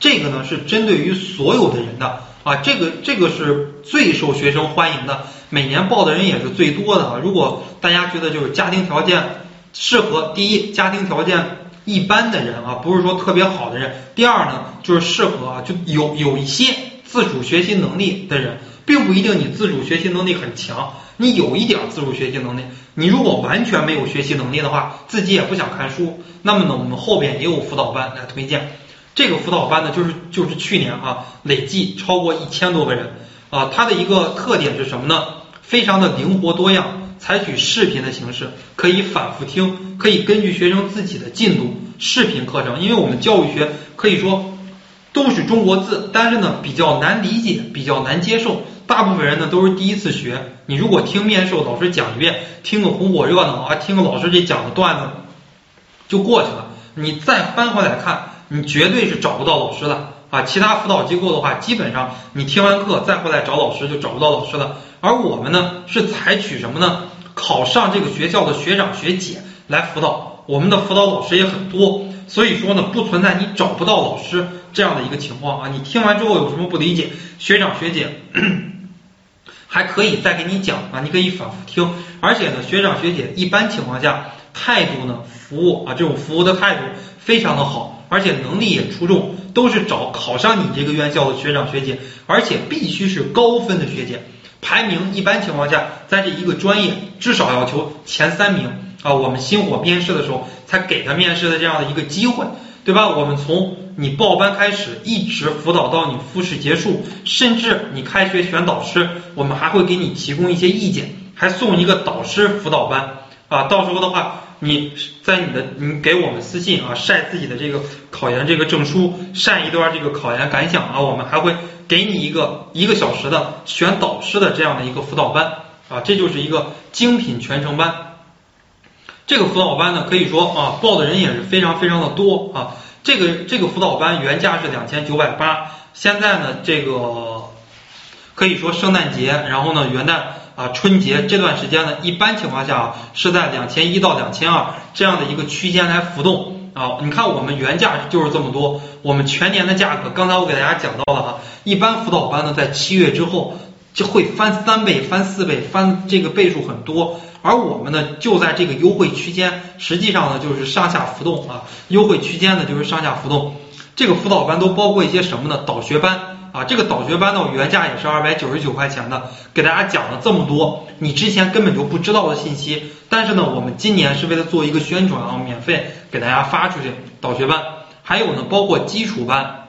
S1: 这个呢是针对于所有的人的啊，这个是最受学生欢迎的，每年报的人也是最多的啊。如果大家觉得就是家庭条件适合，第一，家庭条件一般的人啊，不是说特别好的人；第二呢，就是适合啊，就有一些自主学习能力的人，并不一定你自主学习能力很强，你有一点自主学习能力，你如果完全没有学习能力的话，自己也不想看书，那么呢，我们后边也有辅导班来推荐。这个辅导班呢，就是去年啊，累计超过1000多个人啊，它的一个特点是什么呢？非常的灵活多样。采取视频的形式，可以反复听，可以根据学生自己的进度视频课程。因为我们教育学可以说都是中国字，但是呢比较难理解，比较难接受，大部分人呢都是第一次学。你如果听面授老师讲一遍，听个红火热闹啊，听个老师这讲的段子就过去了，你再翻回来看，你绝对是找不到老师的啊。其他辅导机构的话，基本上你听完课再回来找老师就找不到老师了。而我们呢是采取什么呢？考上这个学校的学长学姐来辅导，我们的辅导老师也很多，所以说呢不存在你找不到老师这样的一个情况啊。你听完之后有什么不理解，学长学姐还可以再给你讲啊，你可以反复听。而且呢，学长学姐一般情况下态度呢，服务啊，这种服务的态度非常的好，而且能力也出众，都是找考上你这个院校的学长学姐，而且必须是高分的学姐。排名一般情况下，在这一个专业至少要求前3名啊。我们星火面试的时候才给他面试的这样的一个机会，对吧？我们从你报班开始，一直辅导到你复试结束，甚至你开学选导师，我们还会给你提供一些意见，还送一个导师辅导班啊。到时候的话，你给我们私信啊，晒自己的这个考研这个证书，晒一段这个考研感想啊，我们还会给你1个小时的选导师的这样的一个辅导班啊，这就是一个精品全程班。这个辅导班呢，可以说啊，报的人也是非常非常的多啊。这个辅导班原价是2980，现在呢，这个可以说圣诞节，然后呢元旦啊春节这段时间呢，一般情况下是在2100到2200这样的一个区间来浮动啊。你看我们原价就是这么多，我们全年的价格，刚才我给大家讲到了哈，一般辅导班呢在7月之后就会翻3倍、翻4倍，翻这个倍数很多。而我们呢，就在这个优惠区间，实际上呢就是上下浮动啊，优惠区间呢就是上下浮动。这个辅导班都包括一些什么呢？导学班啊，这个导学班呢原价也是299块钱的，给大家讲了这么多你之前根本就不知道的信息，但是呢我们今年是为了做一个宣传啊，免费给大家发出去导学班。还有呢包括基础班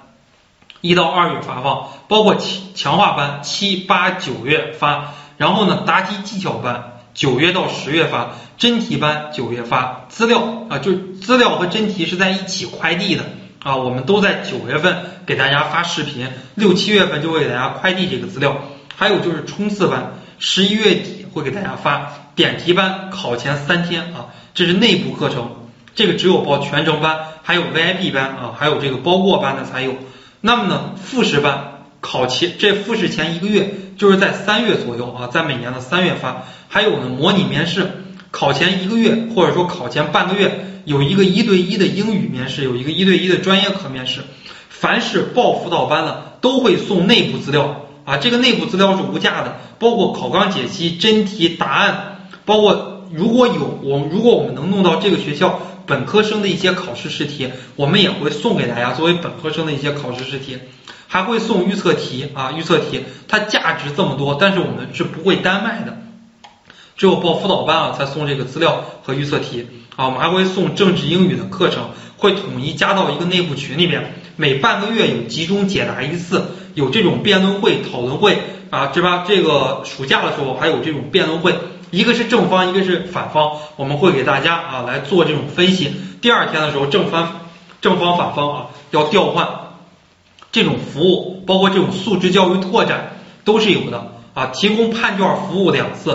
S1: 1到2月发放，包括强化班7、8、9月发，然后呢答题技巧班9月到10月发，真题班9月发，资料啊，就是资料和真题是在一起快递的啊，我们都在9月份给大家发视频，6、7月份就会给大家快递这个资料。还有就是冲刺班，11月底会给大家发点题班，考前3天啊，这是内部课程，这个只有报全程班，还有 VIP 班啊，还有这个包过班的才有。那么呢，复试班考前这复试前1个月，就是在3月左右啊，在每年的3月发。还有呢，模拟面试，考前1个月或者说考前半个月有一个1对1的英语面试，有一个1对1的专业课面试。凡是报辅导班的都会送内部资料啊，这个内部资料是无价的，包括考纲解析、真题答案，包括如果我们能弄到这个学校本科生的一些考试试题，我们也会送给大家作为本科生的一些考试试题，还会送预测题啊，预测题它价值这么多，但是我们是不会单卖的，只有报辅导班啊才送这个资料和预测题啊。我们还会送政治英语的课程，会统一加到一个内部群里面，每半个月有集中解答1次，有这种辩论会、讨论会啊，对吧？这个暑假的时候还有这种辩论会，一个是正方，一个是反方，我们会给大家啊来做这种分析。第2天的时候，正方反方啊要调换，这种服务包括这种素质教育拓展都是有的啊。提供判卷服务2次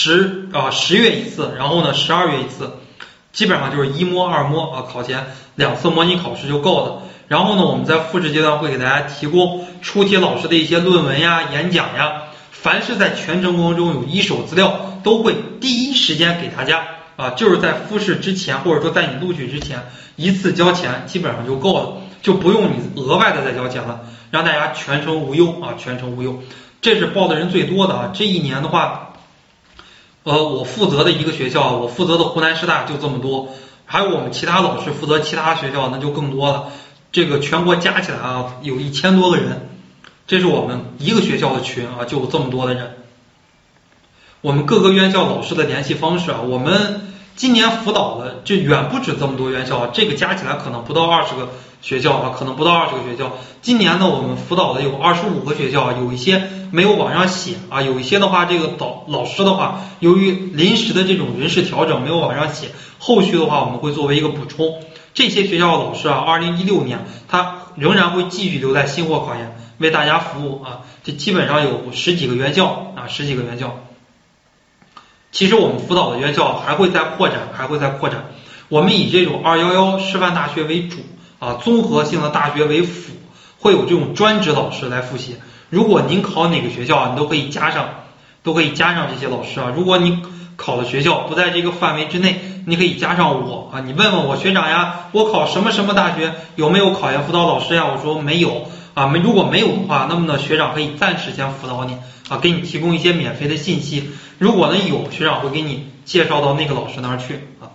S1: ，10月1次，然后呢12月1次，基本上就是1模2模啊，考前2次模拟考试就够了。然后呢，我们在复试阶段会给大家提供出题老师的一些论文呀、演讲呀，凡是在全程过程中有一手资料，都会第一时间给大家啊，就是在复试之前或者说在你录取之前1次交钱，基本上就够了。 就不用你额外的再交钱了，让大家全程无忧啊，全程无忧。这是报的人最多的啊。这一年的话，我负责的一个学校，我负责的湖南师大就这么多，还有我们其他老师负责其他学校那就更多了。这个全国加起来啊，有1000多个人，这是我们一个学校的群啊，就有这么多的人。我们各个院校老师的联系方式啊，我们今年辅导的这远不止这么多院校，这个加起来可能不到20个学校啊，可能不到20个学校。今年呢，我们辅导的有25个学校，有一些没有往上写啊，有一些的话，这个老师的话，由于临时的这种人事调整没有往上写，后续的话我们会作为一个补充。这些学校的老师啊，2016年他仍然会继续留在新货考研为大家服务啊，这基本上有10几个院校啊，10几个院校。其实我们辅导的院校还会再扩展，还会再扩展。我们以这种211师范大学为主啊，综合性的大学为辅，会有这种专职老师来复习。如果您考哪个学校，你都可以加上这些老师啊。如果你考的学校不在这个范围之内，你可以加上我啊。你问问我学长呀，我考什么什么大学，有没有考研辅导老师呀？我说没有啊。如果没有的话，那么呢学长可以暂时先辅导你啊，给你提供一些免费的信息。如果呢有，学长会给你介绍到那个老师那儿去啊。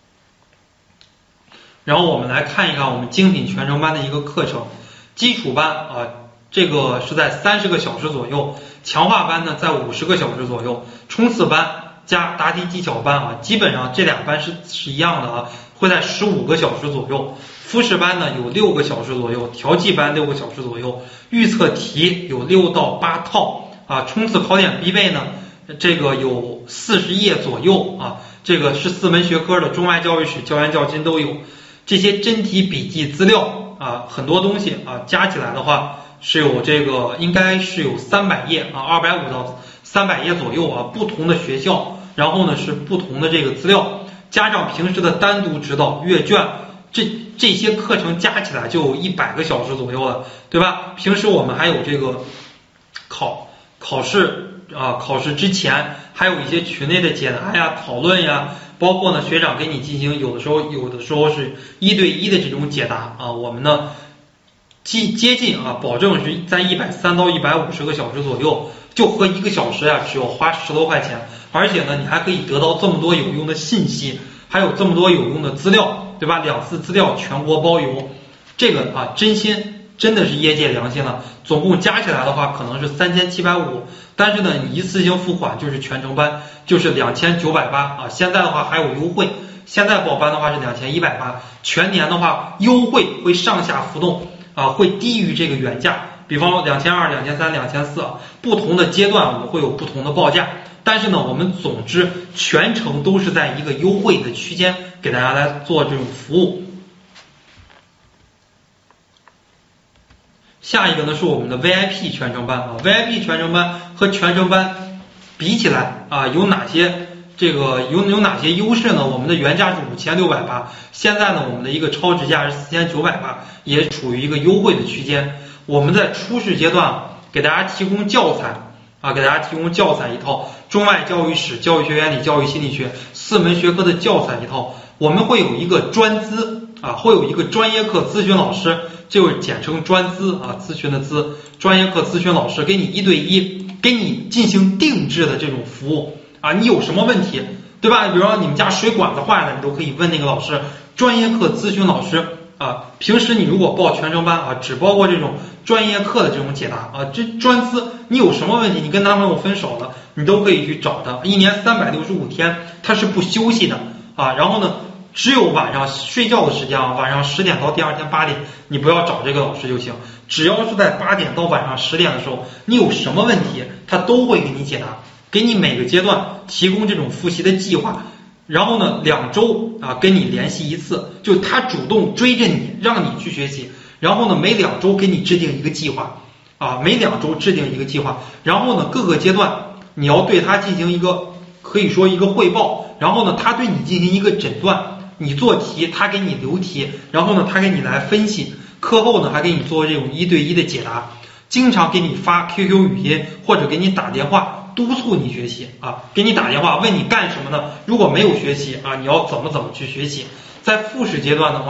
S1: 然后我们来看一看我们精品全程班的一个课程。基础班啊，这个是在30个小时左右，强化班呢在50个小时左右，冲刺班加答题技巧班啊，基本上这俩班是一样的啊，会在15个小时左右。复试班呢有6个小时左右，调剂班6个小时左右，预测题有6到8套啊，冲刺考点必备呢这个有40页左右啊，这个是4门学科的中外教育史、教研教金都有，这些真题笔记资料啊，很多东西啊，加起来的话是有这个应该是有300页啊，250到300页左右啊，不同的学校，然后呢是不同的这个资料，加上平时的单独指导、阅卷，这些课程加起来就有100个小时左右了，对吧？平时我们还有这个考试啊，考试之前还有一些群内的解答呀、讨论呀，包括呢学长给你进行有的时候是1对1的这种解答啊，我们呢接近啊，保证是在130到150个小时左右，就和1个小时呀只要花10多块钱，而且呢你还可以得到这么多有用的信息，还有这么多有用的资料，对吧？2次资料全国包邮，这个啊真的是业界良心了，总共加起来的话可能是3750，但是呢你一次性付款就是全程班就是2980啊，现在的话还有优惠，现在报班的话是2180，全年的话优惠会上下浮动啊，会低于这个原价，比方说2200、2300、2400，不同的阶段我们会有不同的报价，但是呢我们总之全程都是在一个优惠的区间给大家来做这种服务。下一个呢是我们的 VIP 全程班啊 ，VIP 全程班和全程班比起来啊，有哪些优势呢？我们的原价是5680，现在呢我们的一个超值价是4980，也处于一个优惠的区间。我们在初试阶段给大家提供教材啊，给大家提供教材一套，中外教育史、教育学原理、教育心理学4门学科的教材一套。我们会有一个专资啊，会有一个专业课咨询老师，就是简称专资啊，咨询的咨，专业课咨询老师给你1对1，给你进行定制的这种服务啊，你有什么问题，对吧？比如说你们家水管子坏了，你都可以问那个老师，专业课咨询老师啊。平时你如果报全程班啊，只包括这种专业课的这种解答啊，这专资你有什么问题，你跟男朋友分手了，你都可以去找他，一年365天他是不休息的啊。然后呢只有晚上睡觉的时间啊，晚上10点到第2天8点，你不要找这个老师就行。只要是在8点到晚上10点的时候，你有什么问题，他都会给你解答，给你每个阶段提供这种复习的计划。然后呢，2周啊跟你联系一次，就他主动追着你，让你去学习。然后呢，每2周给你制定一个计划啊，每2周制定一个计划。然后呢，各个阶段你要对他进行一个可以说一个汇报，然后呢，他对你进行一个诊断。你做题，他给你留题，然后呢，他给你来分析，课后呢还给你做这种1对1的解答，经常给你发 QQ 语音或者给你打电话督促你学习啊，给你打电话问你干什么呢？如果没有学习啊，你要怎么去学习？在复试阶段的话，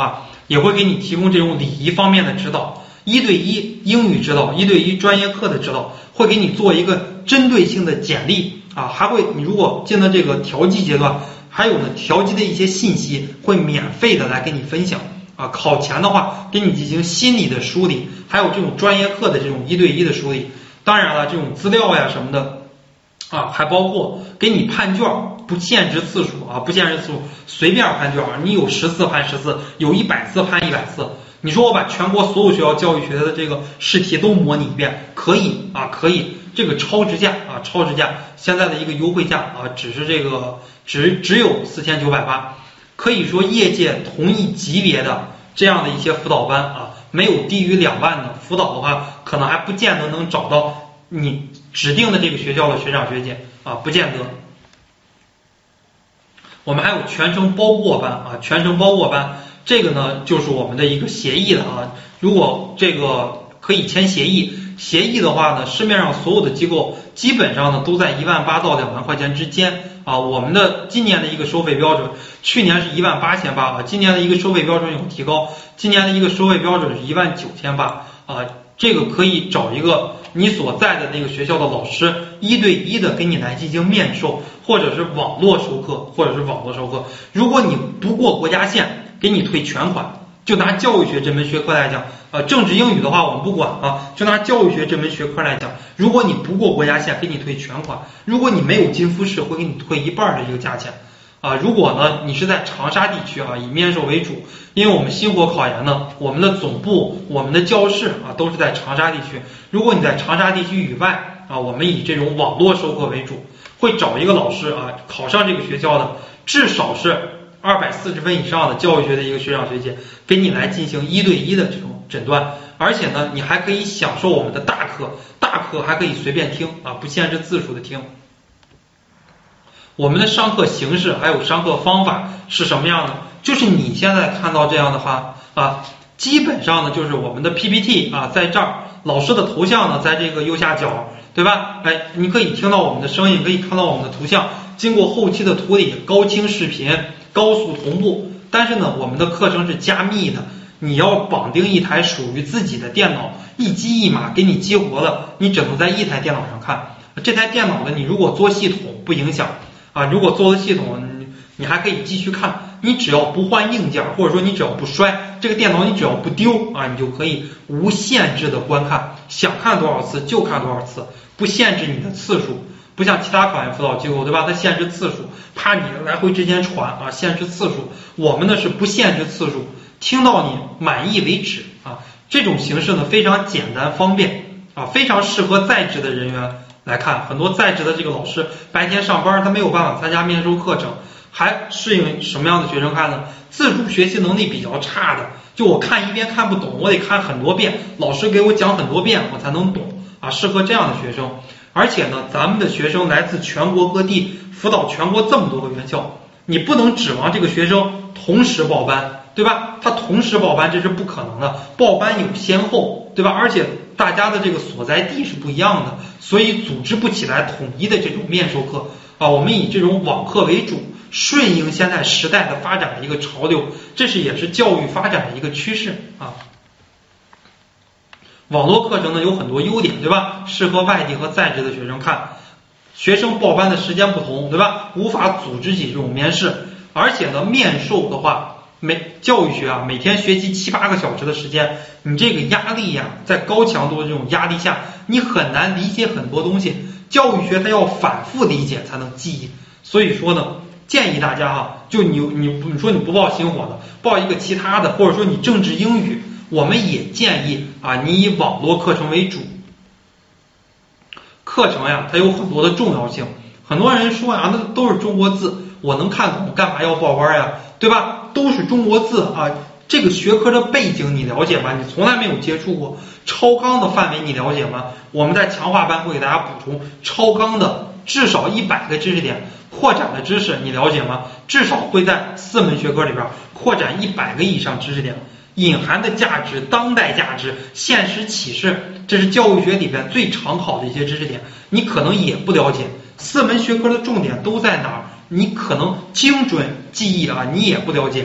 S1: 也会给你提供这种礼仪方面的指导，1对1英语指导，1对1专业课的指导，会给你做一个针对性的简历啊，还会你如果进了这个调剂阶段，还有呢调剂的一些信息会免费的来跟你分享啊，考前的话给你进行心理的梳理，还有这种专业课的这种1对1的梳理，当然了这种资料呀什么的啊，还包括给你判卷，不限制次数啊，不限制次数，随便判卷，你有10次判10次，有100次判100次。你说我把全国所有学校教育学的这个试题都模拟一遍，可以啊，可以，这个超值价啊，超值价，现在的一个优惠价啊，只是这个只有4980，可以说业界同一级别的这样的一些辅导班啊，没有低于2万的辅导的话，可能还不见得能找到你指定的这个学校的学长学姐啊，不见得。我们还有全程包过班啊，全程包过班，这个呢就是我们的一个协议了啊。如果这个可以签协议，协议的话呢，市面上所有的机构基本上呢都在18000到2万块钱之间啊。我们的今年的一个收费标准，去年是18800啊，今年的一个收费标准有提高，今年的一个收费标准是19800啊。这个可以找一个你所在的那个学校的老师1对1的给你来进行面授，或者是网络授课，如果你不过国家线，给你退全款。就拿教育学这门学科来讲，政治英语的话我们不管啊，就拿教育学这门学科来讲，如果你不过国家线，给你退全款；如果你没有进复试，会给你退1半的一个价钱。如果呢你是在长沙地区啊，以面授为主，因为我们星火考研呢，我们的总部、我们的教室啊都是在长沙地区。如果你在长沙地区以外啊，我们以这种网络授课为主，会找一个老师啊，考上这个学校的至少是240分以上的教育学的一个学长学姐，给你来进行1对1的这种诊断，而且呢你还可以享受我们的大课还可以随便听啊，不限制字数的听。我们的上课形式还有上课方法是什么样的？就是你现在看到这样的话啊，基本上呢就是我们的 PPT 啊在这儿，老师的头像呢在这个右下角，对吧？你可以听到我们的声音，可以看到我们的图像，经过后期的处理，高清视频，高速同步。但是呢，我们的课程是加密的，你要绑定一台属于自己的电脑，一机一码给你激活了，你只能在一台电脑上看。这台电脑呢，你如果做系统不影响啊，如果做了系统，你还可以继续看，你只要不换硬件，或者说你只要不摔，这个电脑你只要不丢啊，你就可以无限制的观看，想看多少次就看多少次，不限制你的次数。不像其他考研辅导机构，对吧？它限制次数，怕你来回之间传啊，限制次数。我们呢是不限制次数，听到你满意为止啊。这种形式呢非常简单方便啊，非常适合在职的人员来看。很多在职的这个老师白天上班，他没有办法参加面授课程，还适应什么样的学生看呢？自主学习能力比较差的，就我看一遍看不懂，我得看很多遍，老师给我讲很多遍我才能懂啊，适合这样的学生。而且呢，咱们的学生来自全国各地，辅导全国这么多个院校，你不能指望这个学生同时报班，对吧？他同时报班这是不可能的，报班有先后，对吧？而且大家的这个所在地是不一样的，所以组织不起来统一的这种面授课啊。我们以这种网课为主，顺应现在时代的发展的一个潮流，这也是教育发展的一个趋势啊。网络课程呢有很多优点，对吧？适合外地和在职的学生看，学生报班的时间不同，对吧？无法组织起这种面试，而且呢，面授的话，教育学啊，每天学习7、8个小时的时间，你这个压力呀，在高强度的这种压力下，你很难理解很多东西。教育学它要反复理解才能记忆，所以说呢，建议大家哈，就你说你不报星火的，报一个其他的，或者说你政治英语。我们也建议啊，你以网络课程为主。课程呀，它有很多的重要性。很多人说呀，那都是中国字，我能看懂，干嘛要报班呀？对吧？都是中国字啊，这个学科的背景你了解吗？你从来没有接触过。超纲的范围你了解吗？我们在强化班会给大家补充超纲的至少100个知识点，扩展的知识你了解吗？至少会在4门学科里边扩展100个以上知识点。隐含的价值、当代价值、现实启示，这是教育学里边最常考的一些知识点，你可能也不了解。4门学科的重点都在哪儿？你可能精准记忆啊，你也不了解。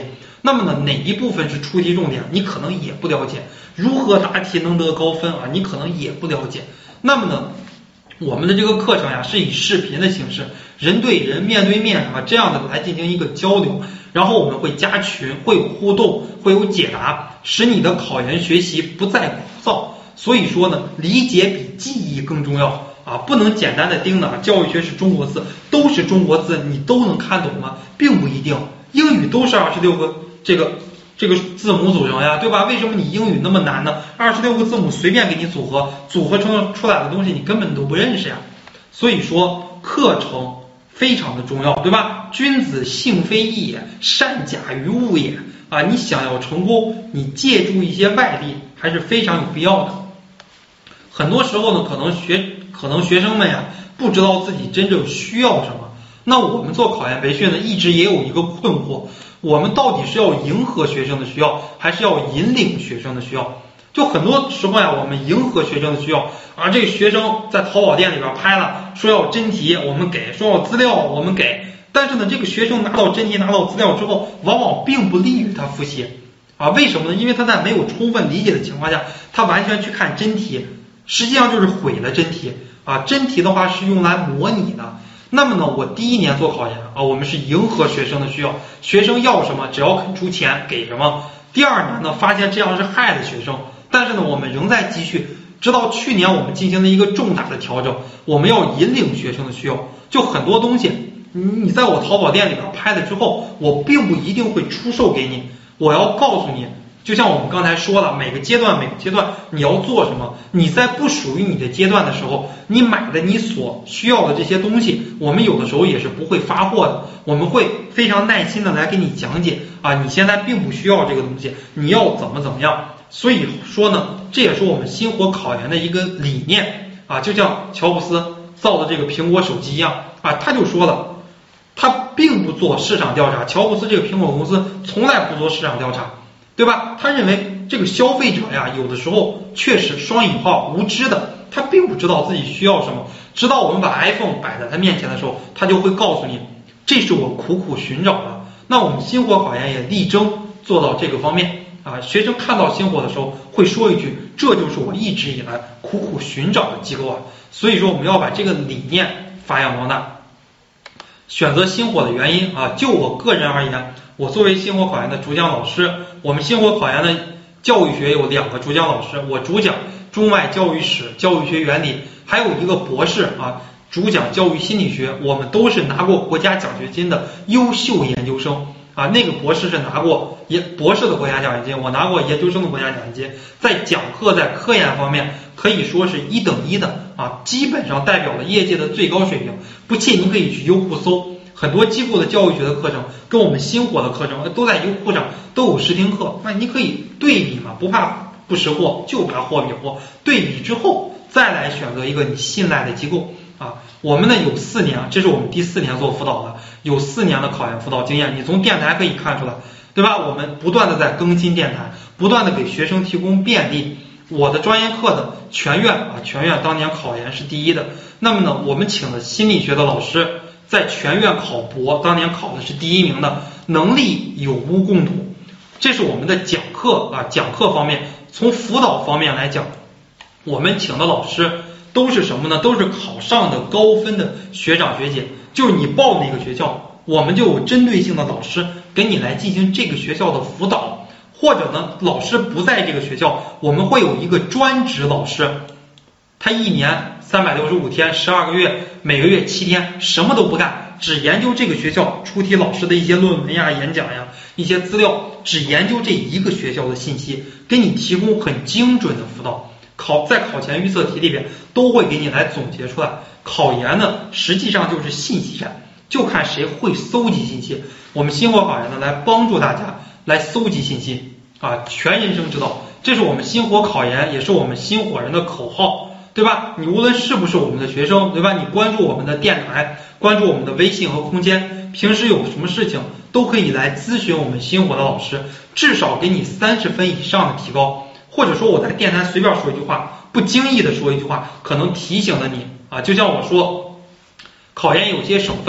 S1: 那么呢，哪一部分是出题重点，你可能也不了解。如何答题能得高分啊，你可能也不了解。那么呢，我们的这个课程呀，是以视频的形式，人对人面对面啊，这样的来进行一个交流，然后我们会加群，会有互动，会有解答，使你的考研学习不再枯燥。所以说呢，理解比记忆更重要啊，不能简单的盯着教育学是中国字，都是中国字，你都能看懂吗？并不一定。英语都是26个这个字母组成呀，对吧？为什么你英语那么难呢？26个字母随便给你组合出来的东西，你根本都不认识呀。所以说课程非常的重要，对吧？君子性非异也，善假于物也啊！你想要成功，你借助一些外力还是非常有必要的。很多时候呢，可能学生们呀不知道自己真正需要什么。那我们做考研培训呢，一直也有一个困惑，我们到底是要迎合学生的需要，还是要引领学生的需要？就很多时候呀，我们迎合学生的需要，而这个学生在淘宝店里边拍了，说要真题我们给，说要资料我们给，但是呢，这个学生拿到真题拿到资料之后，往往并不利于他复习啊。为什么呢？因为他在没有充分理解的情况下，他完全去看真题，实际上就是毁了真题啊。真题的话是用来模拟的。那么呢，我第一年做考研啊，我们是迎合学生的需要，学生要什么只要肯出钱给什么。第二年呢，发现这样是害了学生，但是呢，我们仍在继续，直到去年我们进行了一个重大的调整，我们要引领学生的需要。就很多东西，你在我淘宝店里边拍了之后，我并不一定会出售给你，我要告诉你。就像我们刚才说了，每个阶段你要做什么，你在不属于你的阶段的时候，你买的你所需要的这些东西，我们有的时候也是不会发货的，我们会非常耐心的来给你讲解啊，你现在并不需要这个东西，你要怎么样。所以说呢，这也是我们星火考研的一个理念啊，就像乔布斯造的这个苹果手机一样啊，他就说了，他并不做市场调查，乔布斯这个苹果公司从来不做市场调查，对吧？他认为这个消费者呀，有的时候确实双引号无知的，他并不知道自己需要什么，直到我们把 iPhone 摆在他面前的时候，他就会告诉你，这是我苦苦寻找的。那我们星火考研也力争做到这个方面啊，学生看到星火的时候会说一句，这就是我一直以来苦苦寻找的机构啊。所以说我们要把这个理念发扬光大。选择星火的原因啊，就我个人而言，我作为星火考研的主讲老师，我们星火考研的教育学有2个主讲老师，我主讲中外教育史、教育学原理，还有一个博士啊，主讲教育心理学，我们都是拿过国家奖学金的优秀研究生啊。那个博士是拿过博士的国家奖学金，我拿过研究生的国家奖学金，在讲课在科研方面可以说是1等1的啊，基本上代表了业界的最高水平。不信您可以去优酷搜，很多机构的教育学的课程跟我们星火的课程都在优酷上都有试听课，那你可以对比嘛，不怕不识货，就怕货比货。对比之后再来选择一个你信赖的机构啊。我们呢有4年，这是我们第4年做辅导的，有4年的考研辅导经验，你从电台可以看出来，对吧？我们不断的在更新电台，不断的给学生提供便利。我的专业课的全院啊，全院当年考研是第1的。那么呢，我们请了心理学的老师，在全院考博当年考的是第1名的，能力有目共睹。这是我们的讲课啊，讲课方面。从辅导方面来讲，我们请的老师都是什么呢？都是考上的高分的学长学姐，就是你报哪个学校，我们就有针对性的老师给你来进行这个学校的辅导。或者呢，老师不在这个学校，我们会有一个专职老师，他1年365天12个月，每个月7天什么都不干，只研究这个学校出题老师的一些论文呀、演讲呀、一些资料，只研究这一个学校的信息，给你提供很精准的辅导。在考前预测题里边都会给你来总结出来。考研呢，实际上就是信息战，就看谁会搜集信息。我们星火考研呢，来帮助大家来搜集信息啊，全人生之道，这是我们星火考研，也是我们星火人的口号，对吧？你无论是不是我们的学生，对吧？你关注我们的电台，关注我们的微信和空间，平时有什么事情都可以来咨询我们星火的老师，至少给你30分以上的提高。或者说我在电台随便说一句话，不经意的说一句话，可能提醒了你啊。就像我说，考研有些省份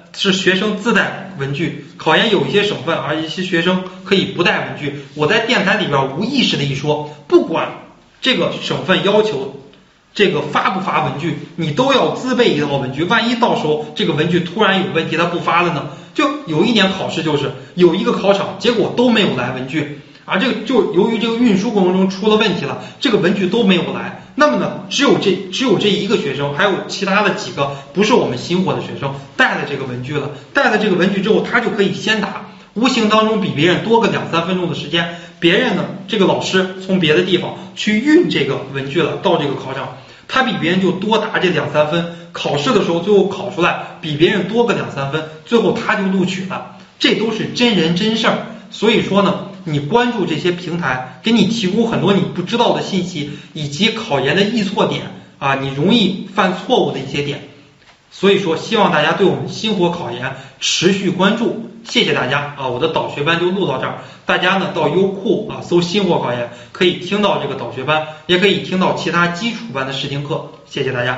S1: 是学生自带文具，考研有一些省份啊，一些学生可以不带文具。我在电台里边无意识的一说，不管这个省份要求这个发不发文具，你都要自备一套文具。万一到时候这个文具突然有问题，它不发了呢？就有一年考试就是有一个考场，结果都没有来文具啊，这个就由于这个运输过程中出了问题了，这个文具都没有来。那么呢，只有这一个学生，还有其他的几个不是我们新火的学生带了这个文具了。带了这个文具之后，他就可以先答，无形当中比别人多个2-3分钟的时间。别人呢，这个老师从别的地方去运这个文具了到这个考场，他比别人就多答这2-3分。考试的时候最后考出来比别人多个2-3分，最后他就录取了。这都是真人真事儿。所以说呢，你关注这些平台，给你提供很多你不知道的信息，以及考研的易错点啊，你容易犯错误的一些点。所以说，希望大家对我们星火考研持续关注。谢谢大家啊！我的导学班就录到这儿，大家呢到优酷啊搜星火考研，可以听到这个导学班，也可以听到其他基础班的试听课。谢谢大家。